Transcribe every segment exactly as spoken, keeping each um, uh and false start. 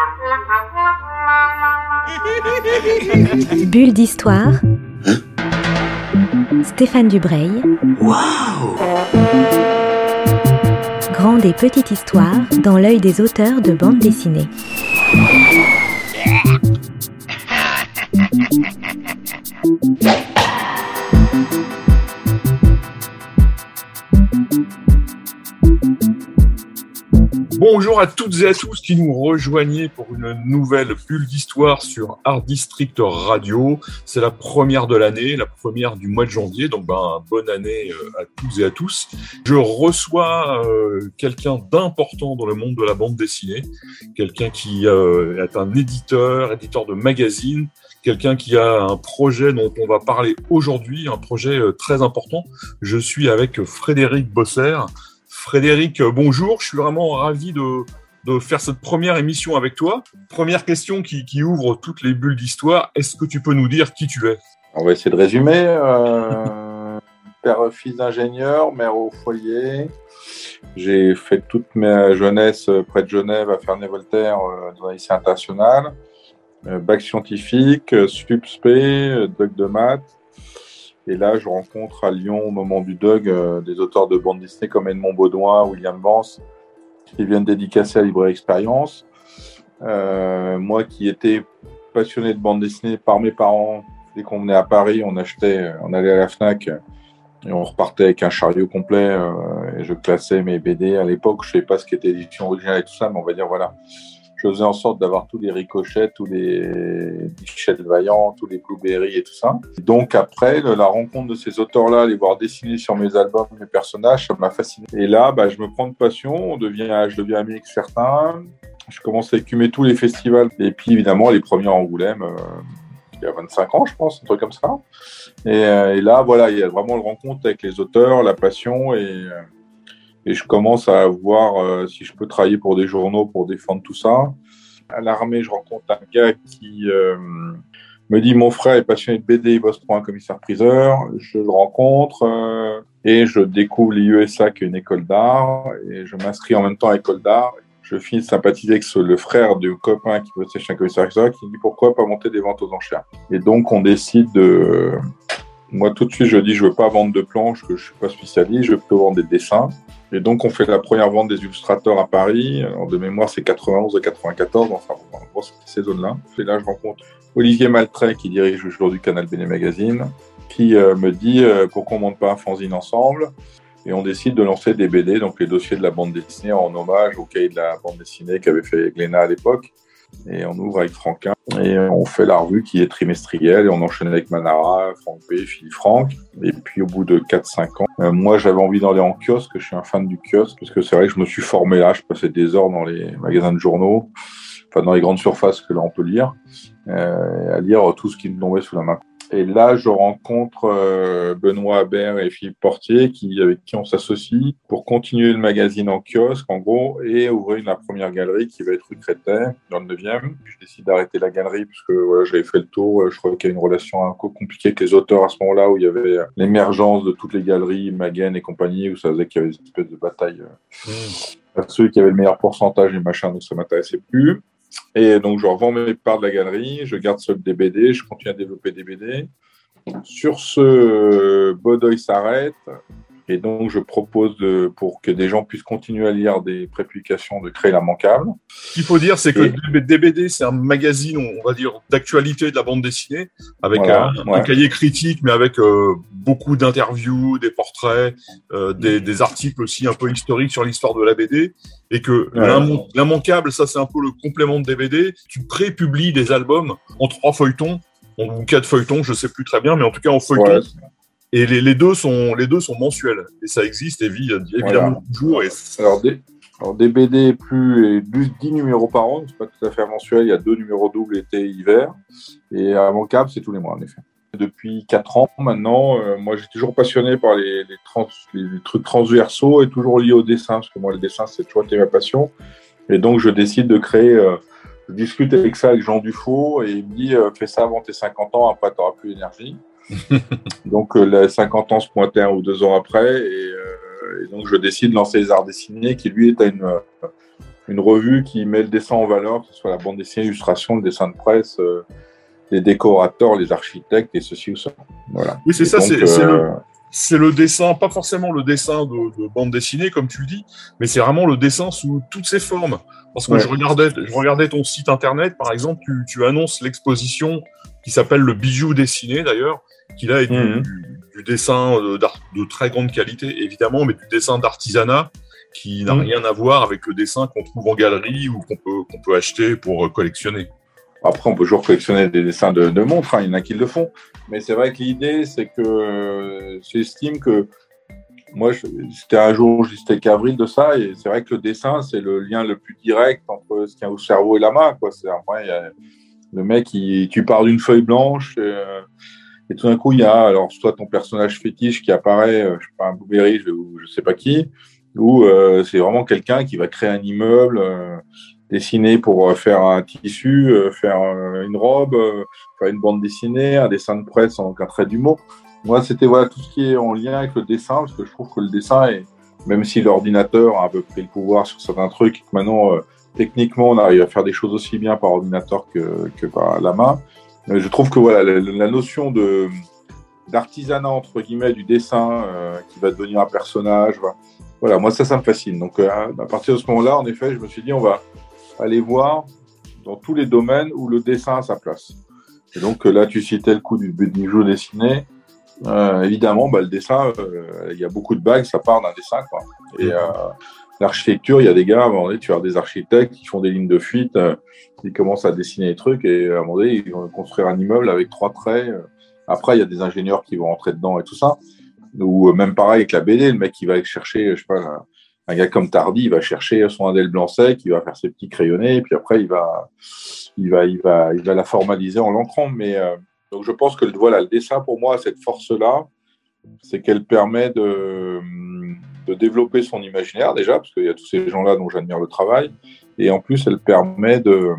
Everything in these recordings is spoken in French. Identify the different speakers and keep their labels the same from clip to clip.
Speaker 1: Bulle d'histoire. Stéphane Dubreuil.
Speaker 2: Waouh!
Speaker 1: Grande et petite histoire dans l'œil des auteurs de bande dessinée.
Speaker 3: Bonjour à toutes et à tous qui nous rejoignez pour une nouvelle bulle d'histoire sur Art District Radio. C'est la première de l'année, la première du mois de janvier, donc ben, bonne année à toutes et à tous. Je reçois euh, quelqu'un d'important dans le monde de la bande dessinée, quelqu'un qui euh, est un éditeur, éditeur de magazine, quelqu'un qui a un projet dont on va parler aujourd'hui, un projet euh, très important. Je suis avec Frédéric Bosser. Frédéric, bonjour, je suis vraiment ravi de, de faire cette première émission avec toi. Première question qui, qui ouvre toutes les bulles d'histoire, est-ce que tu peux nous dire qui tu es ?
Speaker 4: On va essayer de résumer. Euh, père, fils d'ingénieur, mère au foyer. J'ai fait toute ma jeunesse près de Genève à Ferney-Voltaire dans un lycée international. Euh, bac scientifique, subspé, doc de maths. Et là, je rencontre à Lyon, au moment du D U G, euh, des auteurs de bande dessinée comme Edmond Baudouin, William Vance, qui viennent dédicacer à Librairie Expérience. Euh, moi qui étais passionné de bande dessinée par mes parents, dès qu'on venait à Paris, on achetait, on allait à la Fnac et on repartait avec un chariot complet. Euh, et je classais mes B D à l'époque. Je ne savais pas ce qu'était l'édition originale et tout ça, mais on va dire voilà. Je faisais en sorte d'avoir tous les ricochets, tous les Michel Vaillant, tous les Blueberry et tout ça. Donc après, la rencontre de ces auteurs-là, les voir dessiner sur mes albums, mes personnages, ça m'a fasciné. Et là, bah, je me prends de passion, on devient, je deviens ami avec certains. Je commence à écumer tous les festivals. Et puis évidemment, les premiers à Angoulême, euh, il y a vingt-cinq ans, je pense, un truc comme ça. Et, euh, et là, voilà, il y a vraiment le rencontre avec les auteurs, la passion et... Euh, Et je commence à voir euh, si je peux travailler pour des journaux pour défendre tout ça. À l'armée, je rencontre un gars qui euh, me dit « Mon frère est passionné de B D, il bosse pour un commissaire-priseur. » Je le rencontre euh, et je découvre l'I U S A, qui est une école d'art. Et je m'inscris en même temps à l'école d'art. Je finis de sympathiser avec ce, le frère du copain qui bossait chez un commissaire-priseur qui me dit « Pourquoi pas monter des ventes aux enchères ?» Et donc, on décide de... Moi, tout de suite, je dis, je veux pas vendre de planches, que je suis pas spécialiste, je veux plutôt vendre des dessins. Et donc, on fait la première vente des illustrateurs à Paris. Alors, de mémoire, c'est quatre-vingt-onze à quatre-vingt-quatorze. Enfin, en gros, c'était ces zones-là. Et là, je rencontre Olivier Maltrait, qui dirige aujourd'hui Canal Béné Magazine, qui euh, me dit, euh, pourquoi on monte pas un fanzine ensemble? Et on décide de lancer des B D, donc les dossiers de la bande dessinée en hommage au cahier de la bande dessinée qu'avait fait Glénat à l'époque. Et on ouvre avec Franquin et on fait la revue qui est trimestrielle et on enchaîne avec Manara, Franck P, Philippe Franck. Et puis au bout de quatre cinq ans, euh, moi j'avais envie d'aller en kiosque, je suis un fan du kiosque parce que c'est vrai que je me suis formé là, je passais des heures dans les magasins de journaux, enfin dans les grandes surfaces que là on peut lire, euh, à lire tout ce qui me tombait sous la main. Et là, je rencontre euh, Benoît Habert et Philippe Portier, qui, avec qui on s'associe pour continuer le magazine en kiosque, en gros, et ouvrir la première galerie qui va être rue Créteil, dans le neuvième. Puis je décide d'arrêter la galerie parce que voilà, j'avais fait le tour. Je crois qu'il y a une relation un peu compliquée avec les auteurs à ce moment-là, où il y avait l'émergence de toutes les galeries, Maguen et compagnie, où ça faisait qu'il y avait une espèce de bataille. Euh, mmh. Ceux qui avaient le meilleur pourcentage et machin, donc ça ne m'intéressait plus. Et donc, je revends mes parts de la galerie, je garde ceux des B D, je continue à développer des B D. Sur ce, Baudouin s'arrête. Et donc, je propose, de, pour que des gens puissent continuer à lire des prépublications, de créer l'immanquable.
Speaker 3: Ce qu'il faut dire, c'est que et... D B D, c'est un magazine, on va dire, d'actualité de la bande dessinée, avec voilà, un, ouais. un cahier critique, mais avec euh, beaucoup d'interviews, des portraits, euh, des, des articles aussi un peu historiques sur l'histoire de la B D. Et que ouais. l'imman- l'immanquable, ça, c'est un peu le complément de D B D. Tu pré-publies des albums en trois feuilletons, ou quatre feuilletons, je sais plus très bien, mais en tout cas en feuilleton. Ouais. Et les, les, deux sont, les deux sont mensuels. Et ça existe, et vit évidemment voilà. toujours. Et...
Speaker 4: Alors, des, alors, des B D plus, plus dix numéros par an, c'est pas tout à fait mensuel. Il y a deux numéros doubles été et hiver. Et immanquable, c'est tous les mois, en effet. Depuis quatre ans maintenant, euh, moi, j'ai toujours passionné par les, les, trans, les, les trucs transversaux et toujours liés au dessin, parce que moi, le dessin, c'est toujours été ma passion. Et donc, je décide de créer... Euh, je discute avec ça avec Jean Dufaux, et il me dit euh, « Fais ça avant tes cinquante ans, après, tu n'auras plus d'énergie. » Donc, euh, les cinquante ans se pointaient un ou deux ans après, et, euh, et donc je décide de lancer les arts dessinés, qui lui est à une, euh, une revue qui met le dessin en valeur, que ce soit la bande dessinée, l'illustration, le dessin de presse, euh, les décorateurs, les architectes et ceci ou ça. Voilà.
Speaker 3: Oui, c'est
Speaker 4: et
Speaker 3: ça,
Speaker 4: donc,
Speaker 3: c'est,
Speaker 4: euh...
Speaker 3: c'est, le, c'est le dessin, pas forcément le dessin de, de bande dessinée, comme tu le dis, mais c'est vraiment le dessin sous toutes ses formes. Parce que ouais. je, regardais, je regardais ton site internet, par exemple, tu, tu annonces l'exposition qui s'appelle le bijou dessiné, d'ailleurs, qui là est mmh. du, du dessin de, de très grande qualité, évidemment, mais du dessin d'artisanat qui n'a mmh. rien à voir avec le dessin qu'on trouve en galerie ou qu'on peut, qu'on peut acheter pour collectionner.
Speaker 4: Après, on peut toujours collectionner des dessins de, de montres, hein, il y en a qui le font. Mais c'est vrai que l'idée, c'est que euh, j'estime que moi, je, c'était un jour, c'était qu'avril de ça, et c'est vrai que le dessin, c'est le lien le plus direct entre ce qu'il y a au cerveau et la main, quoi. C'est, après, il y a le mec, il, tu pars d'une feuille blanche, et, euh, et tout d'un coup, il y a, alors, soit ton personnage fétiche qui apparaît, euh, je sais pas, un Blueberry, ou je sais pas qui, ou euh, c'est vraiment quelqu'un qui va créer un immeuble, euh, dessiner pour faire un tissu, euh, faire euh, une robe, euh, faire une bande dessinée, un dessin de presse en un trait d'humour. Moi, c'était voilà tout ce qui est en lien avec le dessin, parce que je trouve que le dessin, est, même si l'ordinateur a un peu pris le pouvoir sur certains trucs, maintenant, euh, techniquement, on arrive à faire des choses aussi bien par ordinateur que, que par la main. Mais je trouve que voilà, la, la notion de, d'artisanat, entre guillemets, du dessin, euh, qui va devenir un personnage, voilà, voilà moi, ça, ça me fascine. Donc, euh, à partir de ce moment-là, en effet, je me suis dit, on va aller voir dans tous les domaines où le dessin a sa place. Et donc, là, tu citais le coup du bijou dessiné. Euh, évidemment, bah, le dessin, il euh, y a beaucoup de bagues, ça part d'un dessin, quoi. Et euh, l'architecture, il y a des gars, à un moment donné, tu as des architectes qui font des lignes de fuite, euh, ils commencent à dessiner des trucs, et à un moment donné, ils vont construire un immeuble avec trois traits. Après, il y a des ingénieurs qui vont rentrer dedans et tout ça. Ou même pareil avec la B D, le mec qui va chercher, je sais pas, un, un gars comme Tardy, il va chercher son Adèle Blanc-Sec, il va faire ses petits crayonnés, et puis après, il va, il va, il va, il va la formaliser en l'encrant. Mais euh, donc, je pense que voilà, le dessin, pour moi, a cette force-là, c'est qu'elle permet de, de développer son imaginaire, déjà, parce qu'il y a tous ces gens-là dont j'admire le travail, et en plus, elle permet de,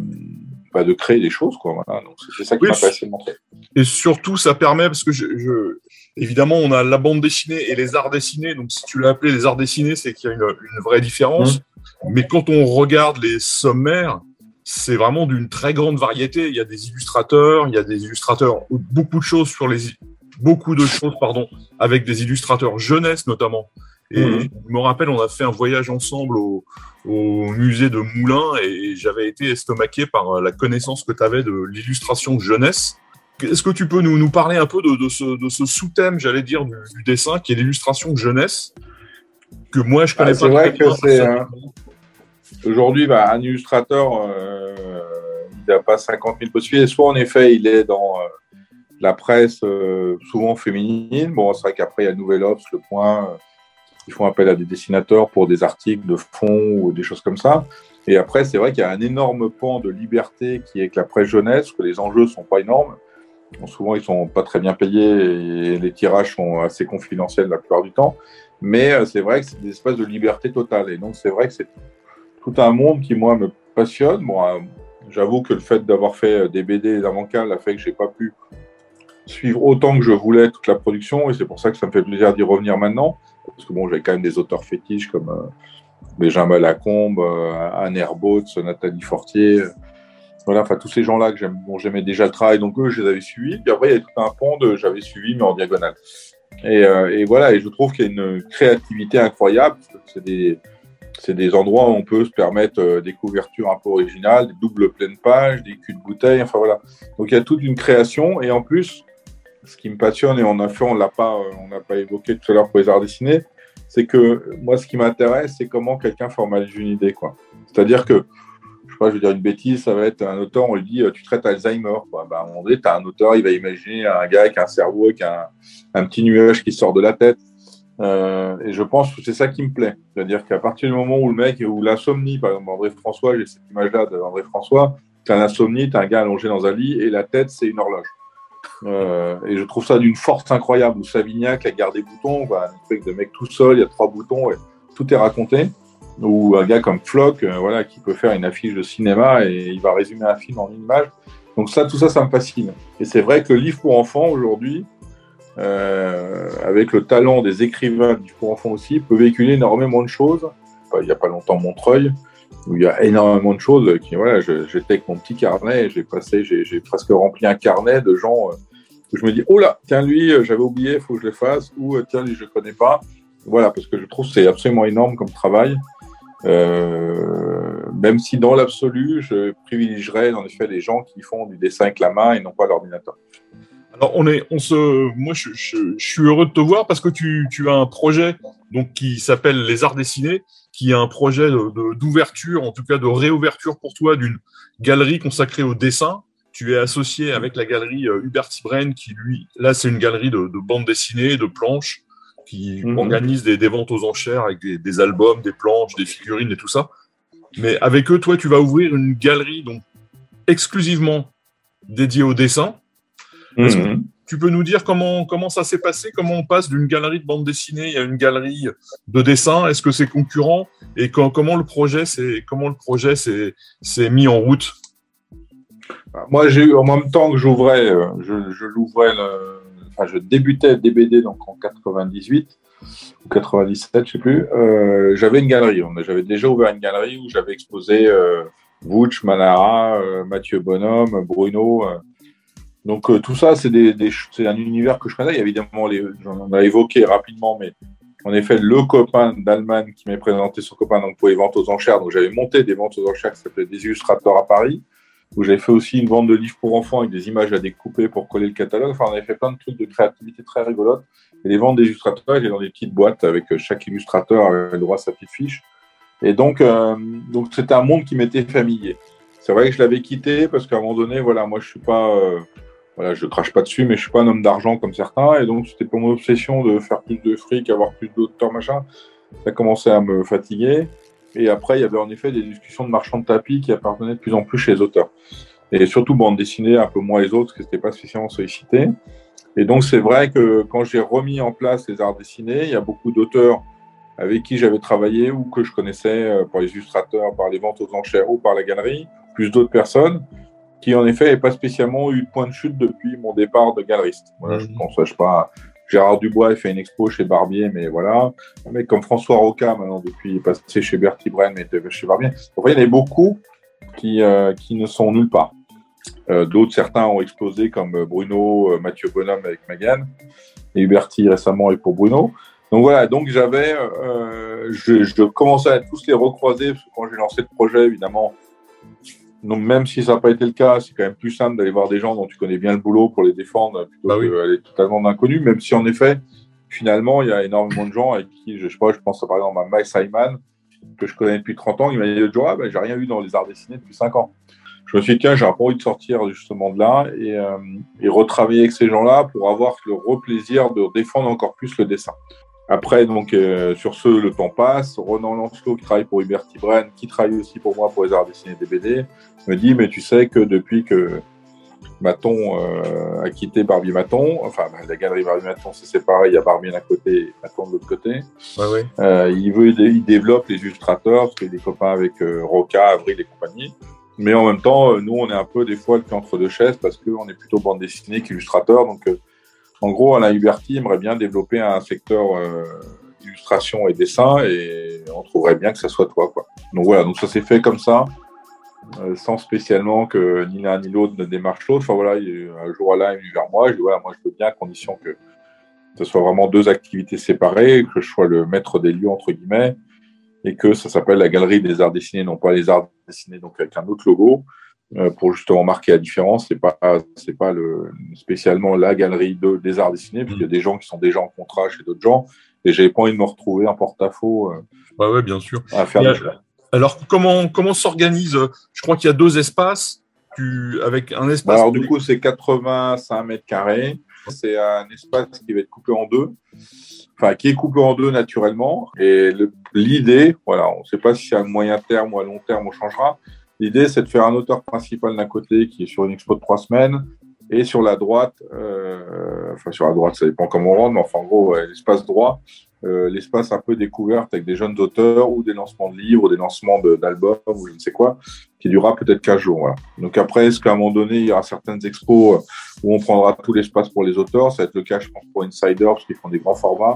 Speaker 4: bah, de créer des choses, quoi. Voilà. Donc, c'est ça qui oui, m'a fait assez montrer.
Speaker 3: Et surtout, ça permet, parce que je, je, évidemment, on a la bande dessinée et les arts dessinés, donc si tu l'as appelé les arts dessinés, c'est qu'il y a une, une vraie différence, mmh. mais quand on regarde les sommaires, c'est vraiment d'une très grande variété. Il y a des illustrateurs, il y a des illustrateurs, beaucoup de choses sur les, beaucoup de choses, pardon, avec des illustrateurs jeunesse notamment. Et mmh. je me rappelle, on a fait un voyage ensemble au, au musée de Moulins et j'avais été estomaqué par la connaissance que tu avais de l'illustration jeunesse. Est-ce que tu peux nous, nous parler un peu de, de, ce, de ce sous-thème, j'allais dire, du, du dessin, qui est l'illustration jeunesse, que moi, je connais
Speaker 4: ah,
Speaker 3: pas.
Speaker 4: C'est vrai que c'est... Un... Aujourd'hui, bah, un illustrateur, euh, il n'a pas cinquante mille possibilités. Soit, en effet, il est dans euh, la presse, euh, souvent féminine. Bon, c'est vrai qu'après, il y a le Nouvel Obs, Le Point. Euh, ils font appel à des dessinateurs pour des articles de fond ou des choses comme ça. Et après, c'est vrai qu'il y a un énorme pan de liberté qui est avec la presse jeunesse, que les enjeux ne sont pas énormes. Bon, souvent, ils ne sont pas très bien payés et les tirages sont assez confidentiels la plupart du temps. Mais euh, c'est vrai que c'est des espaces de liberté totale. Et donc, c'est vrai que c'est tout un monde qui, moi, me passionne. Bon, euh, j'avoue que le fait d'avoir fait des B D et des avancales a fait que je n'ai pas pu suivre autant que je voulais toute la production. Et c'est pour ça que ça me fait plaisir d'y revenir maintenant. Parce que bon, j'ai quand même des auteurs fétiches comme euh, Benjamin Lacombe, euh, Anne Herbaut, Nathalie Fortier. Euh, voilà, enfin, tous ces gens-là que j'aime, dont j'aimais déjà le travail. Donc, eux, je les avais suivis. Puis après, il y a tout un pan de j'avais suivi, mais en diagonale. Et, euh, et voilà, et je trouve qu'il y a une créativité incroyable. Parce que c'est des... C'est des endroits où on peut se permettre euh, des couvertures un peu originales, des doubles pleines pages, des culs de bouteille, enfin voilà. Donc il y a toute une création et en plus, ce qui me passionne et on a fait, on l'a pas, euh, on n'a pas évoqué tout à l'heure pour les arts dessinés, c'est que moi ce qui m'intéresse, c'est comment quelqu'un formalise une idée, quoi. C'est-à-dire que, je sais pas, je veux dire une bêtise, ça va être un auteur, on lui dit tu traites Alzheimer, quoi. Ben, à un moment donné, t'as un auteur, il va imaginer un gars avec un cerveau, avec un, un petit nuage qui sort de la tête. Euh, et je pense que c'est ça qui me plaît. C'est-à-dire qu'à partir du moment où le mec, ou l'insomnie, par exemple, André François, j'ai cette image-là d'André François, t'as l'insomnie, t'as un gars allongé dans un lit et la tête, c'est une horloge. Euh, et je trouve ça d'une force incroyable. Ou Savignac, la guerre des boutons, bah, un truc de mec tout seul, il y a trois boutons et tout est raconté. Ou un gars comme Flock, euh, voilà, qui peut faire une affiche de cinéma et il va résumer un film en une image. Donc ça, tout ça, ça me fascine. Et c'est vrai que le livre pour enfants, aujourd'hui, Euh, avec le talent des écrivains du pour enfants aussi, peut véhiculer énormément de choses. Enfin, il n'y a pas longtemps, Montreuil, où il y a énormément de choses. Qui, voilà, je, j'étais avec mon petit carnet, j'ai passé, j'ai, j'ai presque rempli un carnet de gens euh, où je me dis, oh là, tiens lui, euh, j'avais oublié, il faut que je le fasse, ou euh, tiens lui, je le connais pas. Voilà, parce que je trouve que c'est absolument énorme comme travail. Euh, même si dans l'absolu, je privilégierais en effet les gens qui font du dessin avec la main et non pas l'ordinateur.
Speaker 3: Alors, on est, on se, moi, je, je, je suis heureux de te voir parce que tu, tu as un projet donc qui s'appelle Les Arts Dessinés, qui est un projet de, de, d'ouverture, en tout cas de réouverture pour toi d'une galerie consacrée au dessin. Tu es associé avec la galerie euh, Hubert Tibraine, qui lui, là, c'est une galerie de, de bande dessinée, de planches, qui mmh. organise des, des ventes aux enchères avec des, des albums, des planches, des figurines et tout ça. Mais avec eux, toi, tu vas ouvrir une galerie donc exclusivement dédiée au dessin. Est-ce que tu peux nous dire comment, comment ça s'est passé? Comment on passe d'une galerie de bande dessinée à une galerie de dessin? Est-ce que c'est concurrent? Et quand, comment le projet s'est, comment le projet s'est, s'est mis en route?
Speaker 4: Moi, j'ai eu, en même temps que j'ouvrais, je, je l'ouvrais, le, enfin, je débutais D B D donc en quatre-vingt-dix-huit ou quatre-vingt-dix-sept, je sais plus. Euh, j'avais une galerie. J'avais déjà ouvert une galerie où j'avais exposé euh, Wutsch, Manara, euh, Mathieu Bonhomme, Bruno. Euh, Donc euh, tout ça, c'est, des, des, c'est un univers que je connais. Il y a évidemment, les, j'en ai évoqué rapidement, mais en effet, le copain d'Allemagne qui m'a présenté son copain donc, pour les ventes aux enchères. Donc j'avais monté des ventes aux enchères qui s'appelaient Des Illustrateurs à Paris, où j'avais fait aussi une vente de livres pour enfants avec des images à découper pour coller le catalogue. Enfin, on avait fait plein de trucs de créativité très rigolotes. Et les ventes des illustrateurs, j'étais dans des petites boîtes avec chaque illustrateur avait le droit à sa petite fiche. Et donc, euh, donc c'était un monde qui m'était familier. C'est vrai que je l'avais quitté parce qu'à un moment donné, voilà, moi je suis pas... Euh, Voilà, je crache pas dessus, mais je suis pas un homme d'argent comme certains, et donc c'était pour mon obsession de faire plus de fric, avoir plus d'auteurs, machin. Ça commençait à me fatiguer. Et après, il y avait en effet des discussions de marchands de tapis qui appartenaient de plus en plus chez les auteurs. Et surtout bande dessinée, un peu moins les autres, parce que c'était pas spécialement sollicité. Et donc c'est vrai que quand j'ai remis en place les arts dessinés, il y a beaucoup d'auteurs avec qui j'avais travaillé ou que je connaissais par les illustrateurs, par les ventes aux enchères ou par la galerie, plus d'autres personnes qui en effet n'avaient pas spécialement eu de point de chute depuis mon départ de galeriste. Voilà, mmh. Je pense, je sais pas, Gérard Dubois a fait une expo chez Barbier, mais voilà. Un mec comme François Roca, maintenant, depuis, il est passé chez Bertie Bren, mais était chez Barbier. Enfin, il y en a beaucoup qui, euh, qui ne sont nulle part. Euh, d'autres, certains ont explosé, comme Bruno, euh, Mathieu Bonhomme avec Megan, et Huberti récemment et pour Bruno. Donc voilà, donc j'avais, euh, je, je commençais à tous les recroiser, parce que quand j'ai lancé le projet, évidemment, donc même si ça n'a pas été le cas, c'est quand même plus simple d'aller voir des gens dont tu connais bien le boulot pour les défendre plutôt bah oui. qu'aller totalement d'inconnus, même si en effet, finalement, il y a énormément de gens avec qui, je, je sais pas, je pense par exemple à Mike Simon, que je connais depuis trente ans, il m'a dit le jour, ah, ben, j'ai rien vu dans les arts dessinés depuis cinq ans. Je me suis dit, tiens, j'ai un peu envie de sortir justement de là et, euh, et retravailler avec ces gens-là pour avoir le replaisir de défendre encore plus le dessin. Après, donc, euh, sur ce, le temps passe. Ronan Lancelot, qui travaille pour Hubert Tibraine, qui travaille aussi pour moi pour les arts dessinés des B D, me dit, mais tu sais que depuis que Maton euh, a quitté Barbie Maton, enfin, la galerie Barbie Maton s'est séparée, il y a Barbie d'un côté et Maton de l'autre côté.
Speaker 3: Ouais, ouais.
Speaker 4: Euh, il veut, il développe les illustrateurs, parce qu'il est copain avec euh, Roca, Avril et compagnie. Mais en même temps, nous, on est un peu des fois le cul entre deux chaises parce qu'on est plutôt bande dessinée qu'illustrateur. Donc, euh, en gros, Alain Huberti aimerait bien développer un secteur euh, illustration et dessin et on trouverait bien que ça soit toi, quoi. Donc voilà, donc ça s'est fait comme ça, euh, sans spécialement que ni l'un ni l'autre ne démarche l'autre. Enfin voilà, il, un jour Alain est venu vers moi, je dis voilà, moi je peux bien à condition que ce soit vraiment deux activités séparées, que je sois le maître des lieux entre guillemets, et que ça s'appelle la Galerie des Arts Dessinés, non pas les Arts Dessinés, donc avec un autre logo. Euh, pour justement marquer la différence, c'est pas c'est pas le spécialement la galerie de, des arts dessinés, parce qu'il y a des gens qui sont déjà en contrat chez d'autres gens, et j'avais pas envie de me retrouver en porte-à-faux. Euh,
Speaker 3: ouais, ouais, bien sûr.
Speaker 4: À faire
Speaker 3: et,
Speaker 4: des
Speaker 3: euh, alors comment comment s'organise? Je crois qu'il y a deux espaces, tu avec un espace.
Speaker 4: Alors de... du coup, c'est quatre-vingt-cinq mètres carrés. C'est un espace qui va être coupé en deux, enfin qui est coupé en deux naturellement. Et le, l'idée, voilà, on ne sait pas si c'est à moyen terme ou à long terme, on changera. L'idée, c'est de faire un auteur principal d'un côté qui est sur une expo de trois semaines et sur la droite, euh, enfin sur la droite, ça dépend comment on rentre, mais enfin en gros, ouais, l'espace droit, euh, l'espace un peu découverte avec des jeunes auteurs ou des lancements de livres ou des lancements de, d'albums ou je ne sais quoi, qui durera peut-être quinze jours. Voilà. Donc après, est-ce qu'à un moment donné, il y aura certaines expos où on prendra tout l'espace pour les auteurs? Ça va être le cas, je pense, pour Insider, parce qu'ils font des grands formats.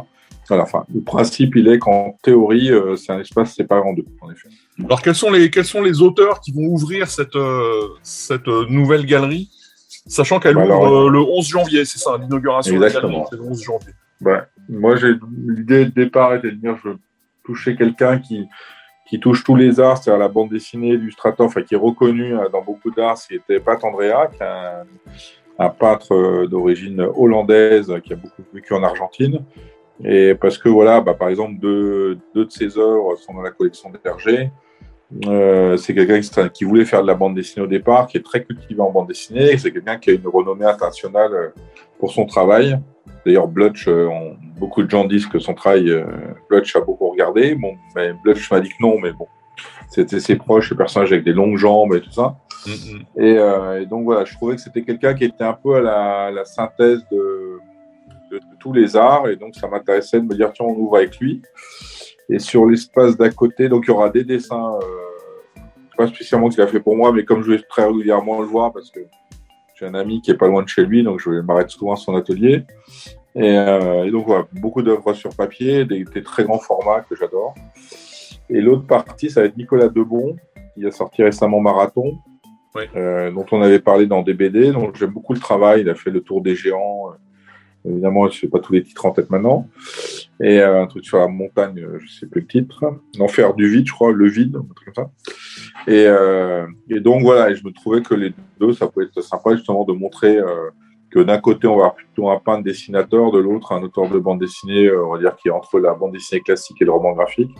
Speaker 4: Voilà, enfin, le principe, il est qu'en théorie, euh, c'est un espace séparé en deux, en effet.
Speaker 3: Alors, quels sont les, quels sont les auteurs qui vont ouvrir cette, euh, cette euh, nouvelle galerie, sachant qu'elle bah ouvre alors, euh, le onze janvier, c'est ça, l'inauguration de la galerie, c'est le onze janvier.
Speaker 4: Bah, moi, j'ai, l'idée de départ était de dire je veux toucher quelqu'un qui, qui touche tous les arts, c'est-à-dire la bande dessinée, l'illustrateur, enfin, qui est reconnu dans beaucoup d'arts, c'était Pat Andrea, qui est un, un peintre d'origine hollandaise qui a beaucoup vécu en Argentine. Et parce que voilà, bah, par exemple, deux, deux de ses œuvres sont dans la collection d'Hergé. Euh, c'est quelqu'un qui, qui voulait faire de la bande dessinée au départ, qui est très cultivé en bande dessinée. C'est quelqu'un qui a une renommée internationale pour son travail. D'ailleurs, Blutch, euh, on, beaucoup de gens disent que son travail, euh, Blutch a beaucoup regardé. Bon, mais Blutch m'a dit que non, mais bon, c'était ses proches, ses personnages avec des longues jambes et tout ça. Mm-hmm. Et, euh, et donc voilà, je trouvais que c'était quelqu'un qui était un peu à la, la synthèse de De, de tous les arts, et donc ça m'intéressait de me dire tiens, on ouvre avec lui. Et sur l'espace d'à côté, donc il y aura des dessins, euh, pas spécialement qu'il a fait pour moi, mais comme je vais très régulièrement le voir parce que j'ai un ami qui est pas loin de chez lui, donc je m'arrête souvent à son atelier. Et, euh, et donc voilà, beaucoup d'œuvres sur papier, des, des très grands formats que j'adore. Et l'autre partie, ça va être Nicolas Debon, qui a sorti récemment Marathon, oui. euh, dont on avait parlé dans des B D, donc j'aime beaucoup le travail. Il a fait Le Tour des Géants. Évidemment, je ne sais pas tous les titres en tête maintenant. Et euh, un truc sur la montagne, je ne sais plus le titre. L'enfer du vide, je crois, le vide, un truc comme ça. Et, euh, et donc, voilà, et je me trouvais que les deux, ça pouvait être sympa justement de montrer euh, que d'un côté, on va avoir plutôt un peintre dessinateur, de l'autre, un auteur de bande dessinée, euh, on va dire, qui est entre la bande dessinée classique et le roman graphique.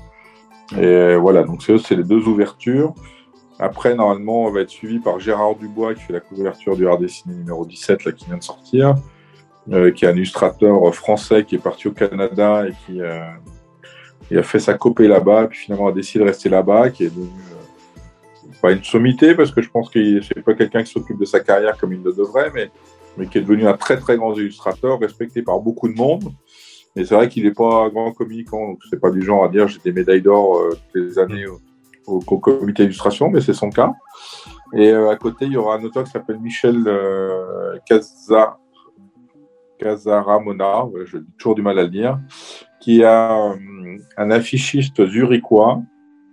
Speaker 4: Et voilà, donc c'est, c'est les deux ouvertures. Après, normalement, on va être suivi par Gérard Dubois, qui fait la couverture du Art Dessiné numéro dix-sept, là, qui vient de sortir. Euh, qui est un illustrateur français qui est parti au Canada et qui euh, il a fait sa copée là-bas, puis finalement a décidé de rester là-bas, qui est devenu euh, pas une sommité, parce que je pense que c'est pas quelqu'un qui s'occupe de sa carrière comme il le devrait, mais, mais qui est devenu un très très grand illustrateur, respecté par beaucoup de monde. Et c'est vrai qu'il n'est pas un grand communicant, donc c'est pas du genre à dire j'ai des médailles d'or euh, toutes les années au, au, au comité d'illustration, mais c'est son cas. Et euh, à côté, il y aura un auteur qui s'appelle Michel euh, Casa. Casaramona, j'ai toujours du mal à le dire, qui est un, un affichiste zurichois,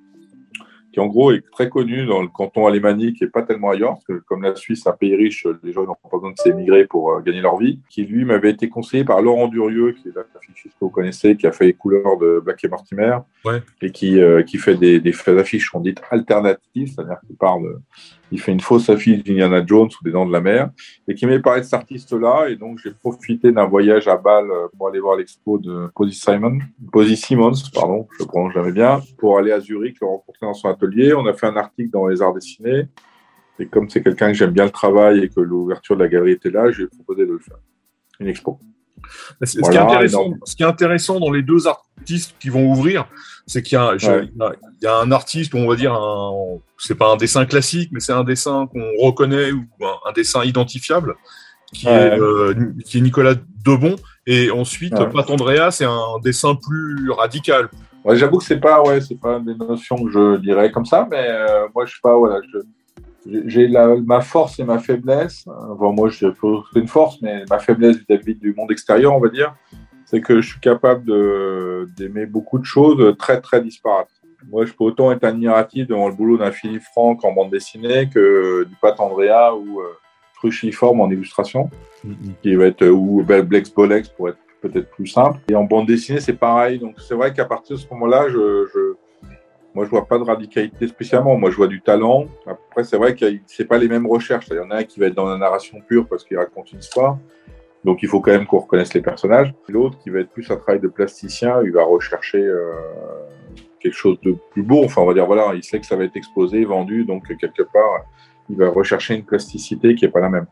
Speaker 4: qui en gros est très connu dans le canton alémanique et pas tellement ailleurs, parce que comme la Suisse est un pays riche, les gens n'ont pas besoin de s'émigrer pour euh, gagner leur vie, qui lui m'avait été conseillé par Laurent Durieux, qui est l'affichiste que vous connaissez, qui a fait les couleurs de Black et Mortimer, ouais. et qui, euh, qui fait des, des affiches qu'on dit alternatives, c'est-à-dire qu'il parle, il fait une fausse affiche d'Indiana Jones ou des Dents de la Mer, et qui m'avait parlé de cet artiste-là, et donc j'ai profité d'un voyage à Bâle pour aller voir l'expo de Posy Simon, Posy Simmons, pardon, je le prononce jamais bien, pour aller à Zurich, le rencontrer dans son atelier. On a fait un article dans les arts dessinés, et comme c'est quelqu'un que j'aime bien le travail et que l'ouverture de la galerie était là, j'ai proposé de le faire, une expo.
Speaker 3: Ce, voilà, qui est intéressant, ce qui est intéressant dans les deux artistes qui vont ouvrir, c'est qu'il y a, je, ouais. il y a un artiste, on va dire, un, c'est pas un dessin classique, mais c'est un dessin qu'on reconnaît ou un, un dessin identifiable, qui, ouais. est, euh, qui est Nicolas Debon. Et ensuite, ouais. Pat Andrea, c'est un dessin plus radical.
Speaker 4: Ouais, j'avoue que c'est pas, ouais, c'est pas des notions que je dirais comme ça, mais euh, moi, je sais pas, voilà, je. J'ai la, ma force et ma faiblesse. Enfin, moi, je dirais que c'est une force, mais ma faiblesse vis-à-vis du monde extérieur, on va dire, c'est que je suis capable de, d'aimer beaucoup de choses très, très disparates. Moi, je peux autant être admiratif devant le boulot d'un Philippe Franck en bande dessinée que du Pat Andrea ou euh, Cruciforme en illustration, mm-hmm. qui va être, ou Blex Bolex pour être peut-être plus simple. Et en bande dessinée, c'est pareil. Donc, c'est vrai qu'à partir de ce moment-là, je... je Moi, je vois pas de radicalité spécialement. Moi, je vois du talent. Après, c'est vrai que c'est pas les mêmes recherches. Il y en a un qui va être dans la narration pure parce qu'il raconte une histoire. Donc, il faut quand même qu'on reconnaisse les personnages. L'autre qui va être plus un travail de plasticien, il va rechercher euh, quelque chose de plus beau. Enfin, on va dire, voilà, il sait que ça va être exposé, vendu. Donc, quelque part, il va rechercher une plasticité qui est pas la même.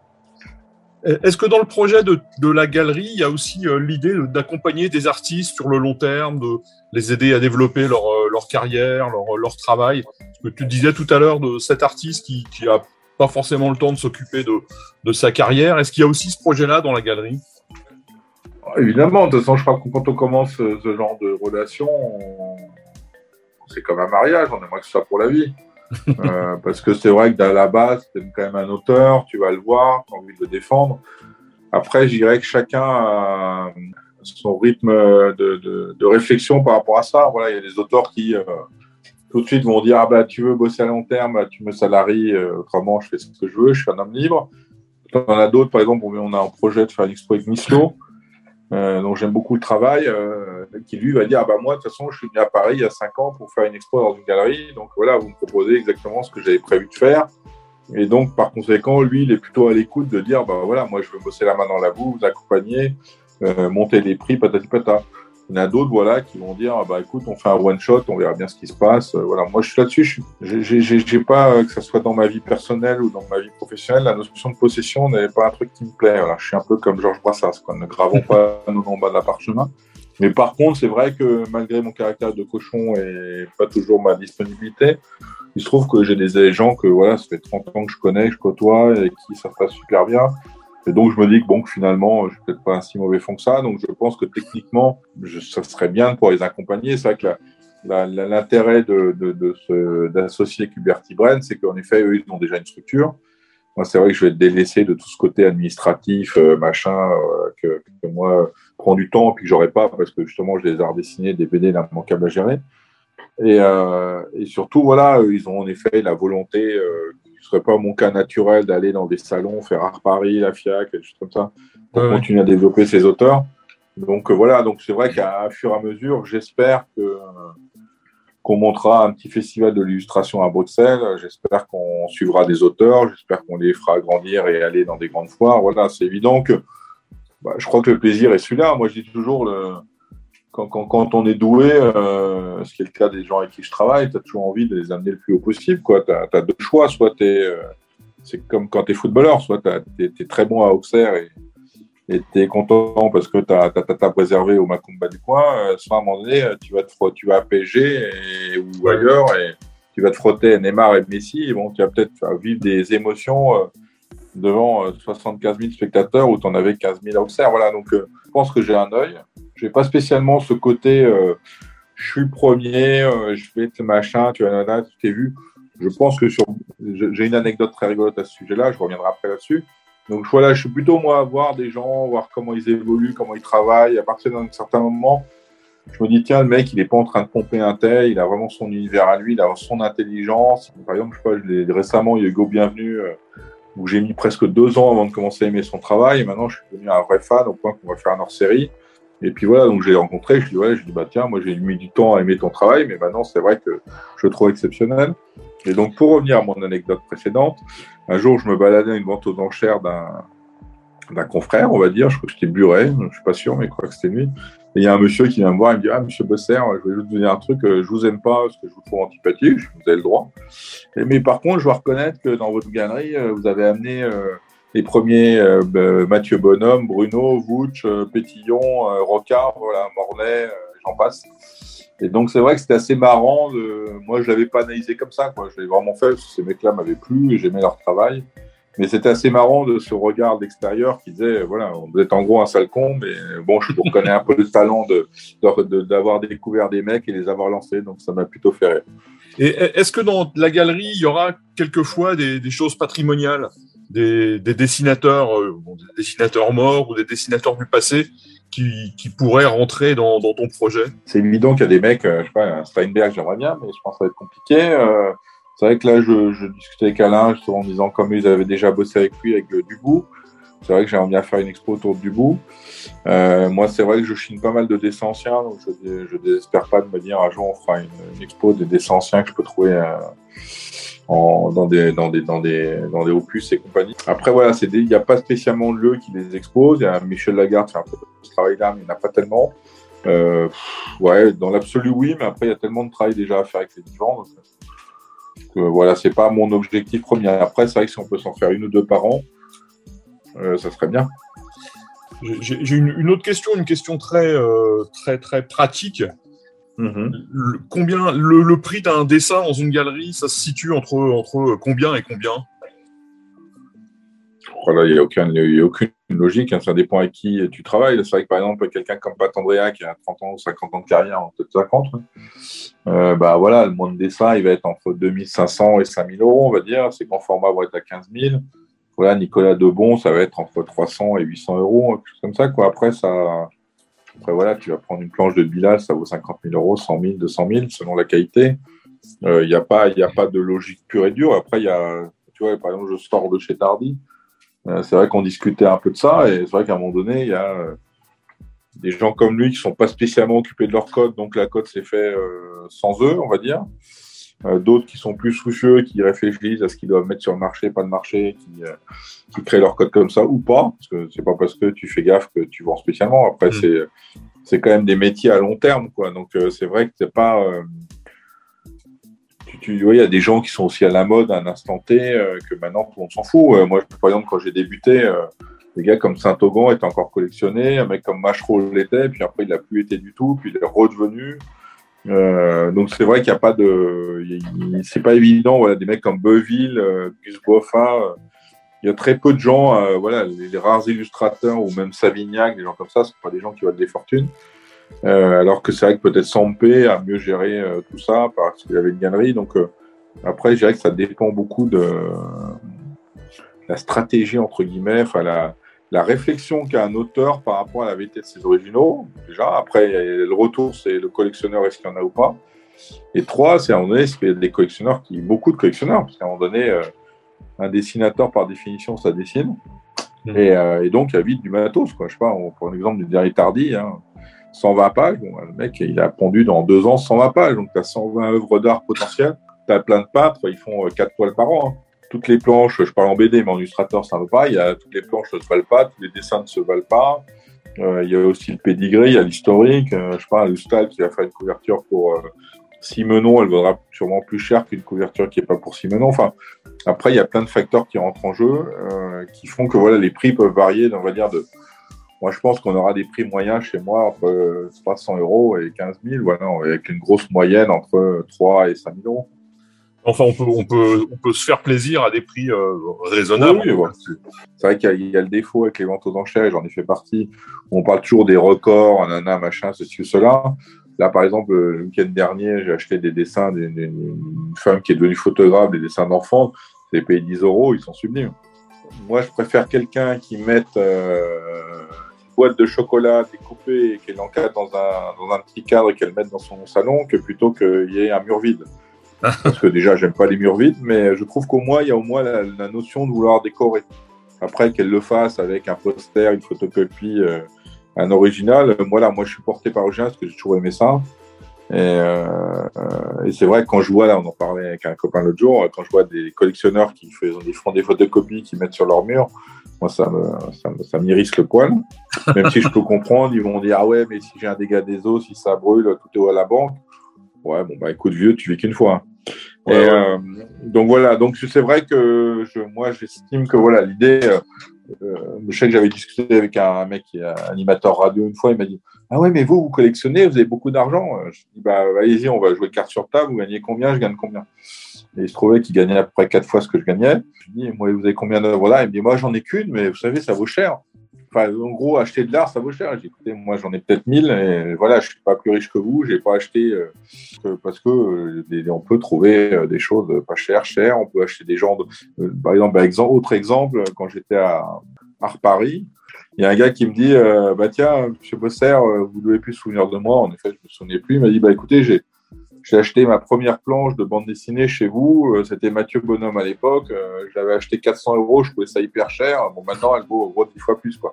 Speaker 3: Est-ce que dans le projet de, de la galerie, il y a aussi euh, l'idée d'accompagner des artistes sur le long terme, de les aider à développer leur, euh, leur carrière, leur, leur travail? Parce que tu disais tout à l'heure de cet artiste qui qui a pas forcément le temps de s'occuper de, de sa carrière. Est-ce qu'il y a aussi ce projet-là dans la galerie?
Speaker 4: Évidemment, de toute façon, je crois que quand on commence ce, ce genre de relation, on... c'est comme un mariage, on aimerait que ce soit pour la vie. euh, parce que c'est vrai que à la base, tu aimes quand même un auteur, tu vas le voir, tu as envie de le défendre. Après, je dirais que chacun a son rythme de, de, de réflexion par rapport à ça. Voilà, il y a des auteurs qui euh, tout de suite vont dire ah bah tu veux bosser à long terme, tu me salaries, euh, autrement je fais ce que je veux, je suis un homme libre. Il y en a d'autres, par exemple, on a un projet de faire une expo avec Mislo, euh, dont j'aime beaucoup le travail, euh, qui lui va dire ah bah moi de toute façon je suis venu à Paris il y a cinq ans pour faire une expo dans une galerie, donc voilà, vous me proposez exactement ce que j'avais prévu de faire. Et donc, par conséquent, lui, il est plutôt à l'écoute de dire, bah voilà, moi, je veux bosser la main dans la boue, vous accompagner, euh, monter les prix, patati patata. Il y en a d'autres, voilà, qui vont dire, bah écoute, on fait un one shot, on verra bien ce qui se passe. Euh, voilà, moi, je suis là-dessus. Je j'ai, j'ai, j'ai pas, euh, que ça soit dans ma vie personnelle ou dans ma vie professionnelle, la notion de possession n'est pas un truc qui me plaît. Voilà, je suis un peu comme Georges Brassens, quoi. Ne gravons pas nos noms en bas de la parchemin. Mais par contre, c'est vrai que malgré mon caractère de cochon et pas toujours ma disponibilité, il se trouve que j'ai des gens que voilà, ça fait trente ans que je connais, que je côtoie et qui ça se passe super bien. Et donc je me dis que bon, que finalement, je suis peut-être pas un si mauvais fond que ça. Donc je pense que techniquement, je, ça serait bien de pouvoir les accompagner. C'est vrai que la, la, l'intérêt de, de, de ce, d'associer avec Huberty Bren, c'est qu'en effet, eux, ils ont déjà une structure. Moi, c'est vrai que je vais être délaissé de tout ce côté administratif, euh, machin, euh, que, que moi euh, prend du temps et puis que j'aurais pas parce que justement, j'ai des arts dessinés, des B D immanquables à gérer. Et, euh, et surtout, voilà, ils ont en effet la volonté, euh, qui ne serait pas mon cas naturel, d'aller dans des salons, faire Art Paris, la FIAC, des choses comme ça, pour ouais, continuer ouais. à développer ces auteurs. Donc euh, voilà, donc c'est vrai qu'à fur et à mesure, j'espère que euh, qu'on montera un petit festival de l'illustration à Bruxelles. J'espère qu'on suivra des auteurs, j'espère qu'on les fera grandir et aller dans des grandes foires. Voilà, c'est évident que bah, je crois que le plaisir est celui-là. Moi, je dis toujours le Quand, quand, quand on est doué, euh, ce qui est le cas des gens avec qui je travaille, tu as toujours envie de les amener le plus haut possible. Tu as deux choix. Soit t'es, euh, c'est comme quand tu es footballeur, soit tu es très bon à Auxerre et et tu es content parce que tu as ta table réservée au Macumba du coin, euh, soit à un moment donné, tu vas, te frotter, tu vas à P S G et, ou ailleurs et tu vas te frotter à Neymar et Messi. Et bon, tu vas peut-être vivre des émotions euh, devant euh, soixante-quinze mille spectateurs où tu en avais quinze mille à Auxerre. Voilà, donc euh, je pense que j'ai un œil. Je n'ai pas spécialement ce côté euh, je suis premier, euh, je fais machin, tu as là, tu t'es vu. Je pense que sur, j'ai une anecdote très rigolote à ce sujet-là, je reviendrai après là-dessus. Donc voilà, je suis plutôt moi à voir des gens, voir comment ils évoluent, comment ils travaillent. À partir d'un certain moment, je me dis tiens, le mec, il n'est pas en train de pomper un tel, il a vraiment son univers à lui, il a son intelligence. Par exemple, je sais pas, je l'ai, récemment, il y a Hugo Bienvenu, euh, où j'ai mis presque deux ans avant de commencer à aimer son travail. Et maintenant, je suis devenu un vrai fan au point qu'on va faire un hors-série. Et puis voilà, donc je l'ai rencontré, je lui dis, ouais, je lui dis bah tiens, moi j'ai mis du temps à aimer ton travail, mais maintenant c'est vrai que je le trouve exceptionnel. Et donc pour revenir à mon anecdote précédente, un jour je me baladais à une vente aux enchères d'un, d'un confrère, on va dire, je crois que j'étais Buret, je suis pas sûr, mais je crois que c'était lui. Et il y a un monsieur qui vient me voir, il me dit ah monsieur Bosser, je vais juste vous dire un truc, je vous aime pas parce que je vous trouve antipathique, vous avez le droit. Et, mais par contre, je dois reconnaître que dans votre galerie, vous avez amené euh, les premiers, euh, bah, Mathieu Bonhomme, Bruno, Vouch, euh, Pétillon, euh, Rocard, voilà, Mornay, euh, j'en passe. Et donc, c'est vrai que c'était assez marrant. De... Moi, je ne l'avais pas analysé comme ça, quoi. Je l'ai vraiment fait parce que ces mecs-là m'avaient plu et j'aimais leur travail. Mais c'était assez marrant de ce regard d'extérieur qui disait, voilà, vous êtes en gros un sale con, mais bon, je reconnais un peu le talent de, de, de, d'avoir découvert des mecs et les avoir lancés. Donc, ça m'a plutôt fait rire.
Speaker 3: Et est-ce que dans la galerie, il y aura quelquefois des, des choses patrimoniales ? Des, des dessinateurs, euh, bon, des dessinateurs morts ou des dessinateurs du passé qui, qui pourraient rentrer dans, dans ton projet?
Speaker 4: C'est évident qu'il y a des mecs, euh, je sais pas, un Steinberg, j'aimerais bien, mais je pense que ça va être compliqué. Euh, c'est vrai que là, je, je discutais avec Alain en me disant comme ils avaient déjà bossé avec lui, avec le Dubout. C'est vrai que j'aimerais bien faire une expo autour du Dubout. Euh, moi, c'est vrai que je chine pas mal de dessins anciens, donc je, je désespère pas de me dire un jour on fera une, une expo des dessins anciens que je peux trouver euh, En, dans des dans des dans des dans des opus et compagnie. Après voilà, c'est il n'y a pas spécialement de lieu qui les expose. Il y a Michel Lagarde fait un peu ce travail-là, mais il n'y en a pas tellement. Euh, ouais, dans l'absolu oui, mais après il y a tellement de travail déjà à faire avec les vivants. Donc, que, voilà, c'est pas mon objectif premier. Après, c'est vrai que si on peut s'en faire une ou deux par an, euh, ça serait bien.
Speaker 3: J'ai, j'ai une, une autre question, une question très euh, très très pratique. Mmh. Le, combien, le, le prix d'un dessin dans une galerie, ça se situe entre, entre combien et combien?
Speaker 4: Voilà, il n'y a, aucun, il y a aucune logique, hein, ça dépend avec qui tu travailles. C'est vrai que par exemple, quelqu'un comme Pat Andrea qui a trente ans ou cinquante ans de carrière, peut-être cinquante, euh, bah voilà, le moins de dessin, il va être entre deux mille cinq cents et cinq mille euros, on va dire. Ses grands formats vont être à quinze mille. Voilà, Nicolas Debon, ça va être entre trois cents et huit cents euros, quelque chose comme ça, quoi. Après, ça. Après, voilà, tu vas prendre une planche de Bilal, ça vaut cinquante mille euros, cent mille, deux cent mille, selon la qualité. Il euh, n'y a pas, il y a pas de logique pure et dure. Après, il y a, tu vois, par exemple, je sors de chez Tardy. Euh, c'est vrai qu'on discutait un peu de ça, et c'est vrai qu'à un moment donné, il y a euh, des gens comme lui qui sont pas spécialement occupés de leur code, donc la code s'est fait euh, sans eux, on va dire. Euh, d'autres qui sont plus soucieux, qui réfléchissent à ce qu'ils doivent mettre sur le marché, pas de marché, qui, euh, qui créent leur code comme ça ou pas, parce que c'est pas parce que tu fais gaffe que tu vends spécialement. Après, mmh. c'est c'est quand même des métiers à long terme, quoi. Donc euh, c'est vrai que c'est pas euh, tu, tu vois, il y a des gens qui sont aussi à la mode à un instant T, euh, que maintenant tout le monde s'en fout. Euh, moi, par exemple, quand j'ai débuté, euh, des gars comme Saint-Augan étaient encore collectionnés, un mec comme Machereau l'était, puis après il n'a plus été du tout, puis il est redevenu. Euh, donc c'est vrai qu'il n'y a pas de, il, c'est pas évident. Voilà, des mecs comme Beuville, euh, Gus Boffa, euh, il y a très peu de gens. Euh, voilà, les, les rares illustrateurs ou même Savignac, des gens comme ça, ce sont pas des gens qui valent des fortunes. Euh, alors que c'est vrai que peut-être Sampé a mieux géré euh, tout ça parce qu'il avait une galerie. Donc euh, après, je dirais que ça dépend beaucoup de la stratégie entre guillemets, enfin la la réflexion qu'a un auteur par rapport à la vérité de ses originaux, déjà. Après, le retour, c'est le collectionneur, est-ce qu'il y en a ou pas. Et trois, c'est à un moment donné, est-ce qu'il y a des collectionneurs, qui, beaucoup de collectionneurs, parce qu'à un moment donné, euh, un dessinateur, par définition, ça dessine. Mmh. Et, euh, et donc, il y a vite du matos, quoi. Je sais pas, on prend l'exemple du dernier Tardy, hein, cent vingt pages. Bon, le mec, il a pondu dans deux ans cent vingt pages. Donc, tu as cent vingt œuvres d'art potentielles. Tu as plein de peintres, ils font quatre toiles par an. Hein. Toutes les planches, je parle en B D, mais en illustrateur, ça ne va pas. Il y a, toutes les planches ne se valent pas, tous les dessins ne se valent pas. Euh, il y a aussi le pédigré, il y a l'historique. Euh, je sais pas, Lustal qui va faire une couverture pour euh, Simenon, elle vaudra sûrement plus cher qu'une couverture qui n'est pas pour Simenon. Enfin, après, il y a plein de facteurs qui rentrent en jeu, euh, qui font que voilà, les prix peuvent varier, on va dire, de... Moi, je pense qu'on aura des prix moyens chez moi entre trois cents euros et quinze mille, voilà, avec une grosse moyenne entre trois et cinq mille euros.
Speaker 3: Enfin, on peut, on peut, on peut se faire plaisir à des prix euh, raisonnables.
Speaker 4: Oui, ouais. C'est vrai qu'il y a, il y a le défaut avec les ventes aux enchères, et j'en ai fait partie. On parle toujours des records, nanana, machin, ceci ou cela. Là, par exemple, le week-end dernier, j'ai acheté des dessins d'une, d'une femme qui est devenue photographe, des dessins d'enfants. J'ai payé dix euros, ils sont sublimes. Moi, je préfère quelqu'un qui mette euh, une boîte de chocolat découpée et qu'elle l'encadre dans un, dans un petit cadre et qu'elle mette dans son salon, que plutôt qu'il y ait un mur vide. Parce que déjà, j'aime pas les murs vides, mais je trouve qu'au moins, il y a au moins la, la notion de vouloir décorer. Après, qu'elle le fasse avec un poster, une photocopie, euh, un original, moi, là, moi, je suis porté par l'original parce que j'ai toujours aimé ça. Et, euh, et c'est vrai que quand je vois, là, on en parlait avec un copain l'autre jour, quand je vois des collectionneurs qui font, ils font des photocopies, qui mettent sur leur mur, moi, ça me, ça me, ça m'irrisse le poil. Même si je peux comprendre, ils vont dire, ah ouais, mais si j'ai un dégât des eaux, si ça brûle, tout est à la banque. Ouais, bon, bah, écoute, vieux, tu vis qu'une fois. Ouais, et, ouais. Euh, donc voilà, donc c'est vrai que je, moi, j'estime que voilà, l'idée, euh, euh, je sais que j'avais discuté avec un mec qui est animateur radio une fois, il m'a dit, ah ouais, mais vous, vous collectionnez, vous avez beaucoup d'argent. Je dis, bah, allez-y, on va jouer carte sur table, vous gagnez combien, je gagne combien. Et il se trouvait qu'il gagnait à peu près quatre fois ce que je gagnais. Je lui dis, moi, vous avez combien d'œuvres là? Il me dit, moi, j'en ai qu'une, mais vous savez, ça vaut cher. Enfin, en gros, acheter de l'art, ça vaut cher. J'ai dit, écoutez, moi, j'en ai peut-être mille, et voilà, je suis pas plus riche que vous, j'ai pas acheté, euh, que, parce que euh, on peut trouver euh, des choses pas chères, chères. On peut acheter des gens, de, euh, par exemple, bah, exemple, autre exemple, quand j'étais à Art Paris, il y a un gars qui me dit, euh, bah tiens, monsieur Bosser, euh, vous devez plus se souvenir de moi. En effet, je me souvenais plus. Il m'a dit, bah écoutez, j'ai J'ai acheté ma première planche de bande dessinée chez vous. C'était Mathieu Bonhomme à l'époque. Je l'avais acheté quatre cents euros. Je trouvais ça hyper cher. Bon, maintenant, elle vaut, vaut dix fois plus, quoi.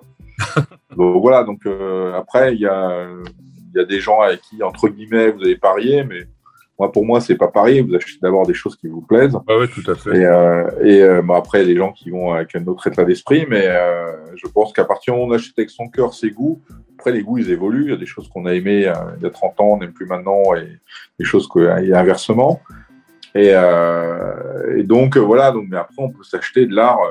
Speaker 4: Donc, voilà. Donc, euh, après, il y a, il y a des gens avec qui, entre guillemets, vous avez parié, mais moi, pour moi, c'est pas parier. Vous achetez d'abord des choses qui vous plaisent.
Speaker 3: Ah oui, tout à fait.
Speaker 4: Et, euh, et euh, bon, après, il y a des gens qui vont avec un autre état d'esprit, mais euh, je pense qu'à partir du moment où on achète avec son cœur ses goûts, après, les goûts, ils évoluent. Il y a des choses qu'on a aimées euh, il y a trente ans, on n'aime plus maintenant, et des choses que, et inversement. Et, euh, et donc, euh, voilà. Donc, mais après, on peut s'acheter de l'art. Euh,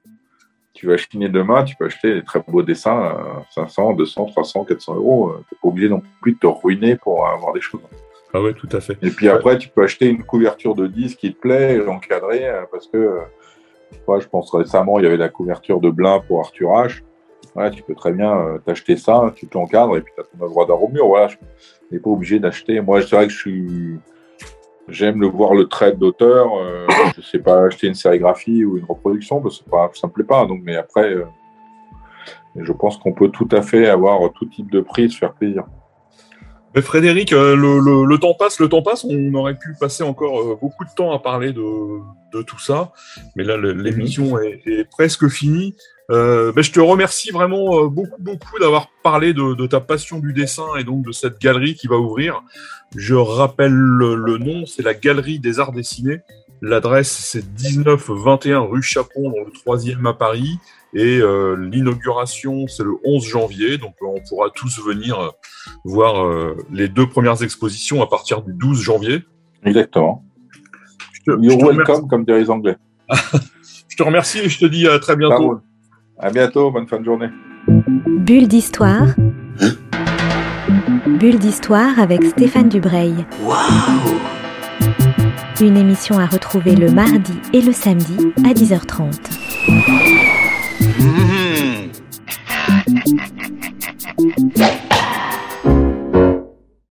Speaker 4: tu vas chiner demain, tu peux acheter des très beaux dessins, euh, cinq cents, deux cents, trois cents, quatre cents euros. Euh, tu n'es pas obligé non plus de te ruiner pour avoir des choses.
Speaker 3: Ah ouais, tout à fait.
Speaker 4: Et puis après, ouais. Tu peux acheter une couverture de disque qui te plaît, l'encadrer, euh, parce que, euh, ouais, je pense récemment, il y avait la couverture de Blin pour Arthur H. Ouais, tu peux très bien euh, t'acheter ça, tu te l'encadres et puis tu as ton œuvre d'art au mur. Voilà, je n'es pas obligé d'acheter. Moi, c'est vrai que je suis... j'aime le voir le trait d'auteur. Euh, je ne sais pas acheter une sérigraphie ou une reproduction parce que ça ne me plaît pas. Donc, mais après, euh, Et je pense qu'on peut tout à fait avoir tout type de prix et se faire plaisir.
Speaker 3: Mais Frédéric, euh, le, le, le temps passe, le temps passe. On aurait pu passer encore euh, beaucoup de temps à parler de, de tout ça, mais là le, l'émission mmh. est, est presque finie. Euh, ben, je te remercie vraiment euh, beaucoup, beaucoup d'avoir parlé de, de ta passion du dessin et donc de cette galerie qui va ouvrir. Je rappelle le, le nom, c'est la Galerie des Arts Dessinés. L'adresse, c'est dix-neuf vingt et un rue Chapon, dans le troisième à Paris. Et euh, l'inauguration, c'est le onze janvier. Donc, on pourra tous venir euh, voir euh, les deux premières expositions à partir du douze janvier.
Speaker 4: Exactement.
Speaker 3: Je te,
Speaker 4: You're
Speaker 3: je te
Speaker 4: welcome,
Speaker 3: remercie.
Speaker 4: comme diraient les Anglais.
Speaker 3: Je te remercie et je te dis à très bientôt.
Speaker 4: À bientôt, bonne fin de journée.
Speaker 1: Bulle d'histoire. Bulle d'histoire avec Stéphane Dubreuil.
Speaker 2: Waouh!
Speaker 1: Une émission à retrouver le mardi et le samedi à dix heures trente.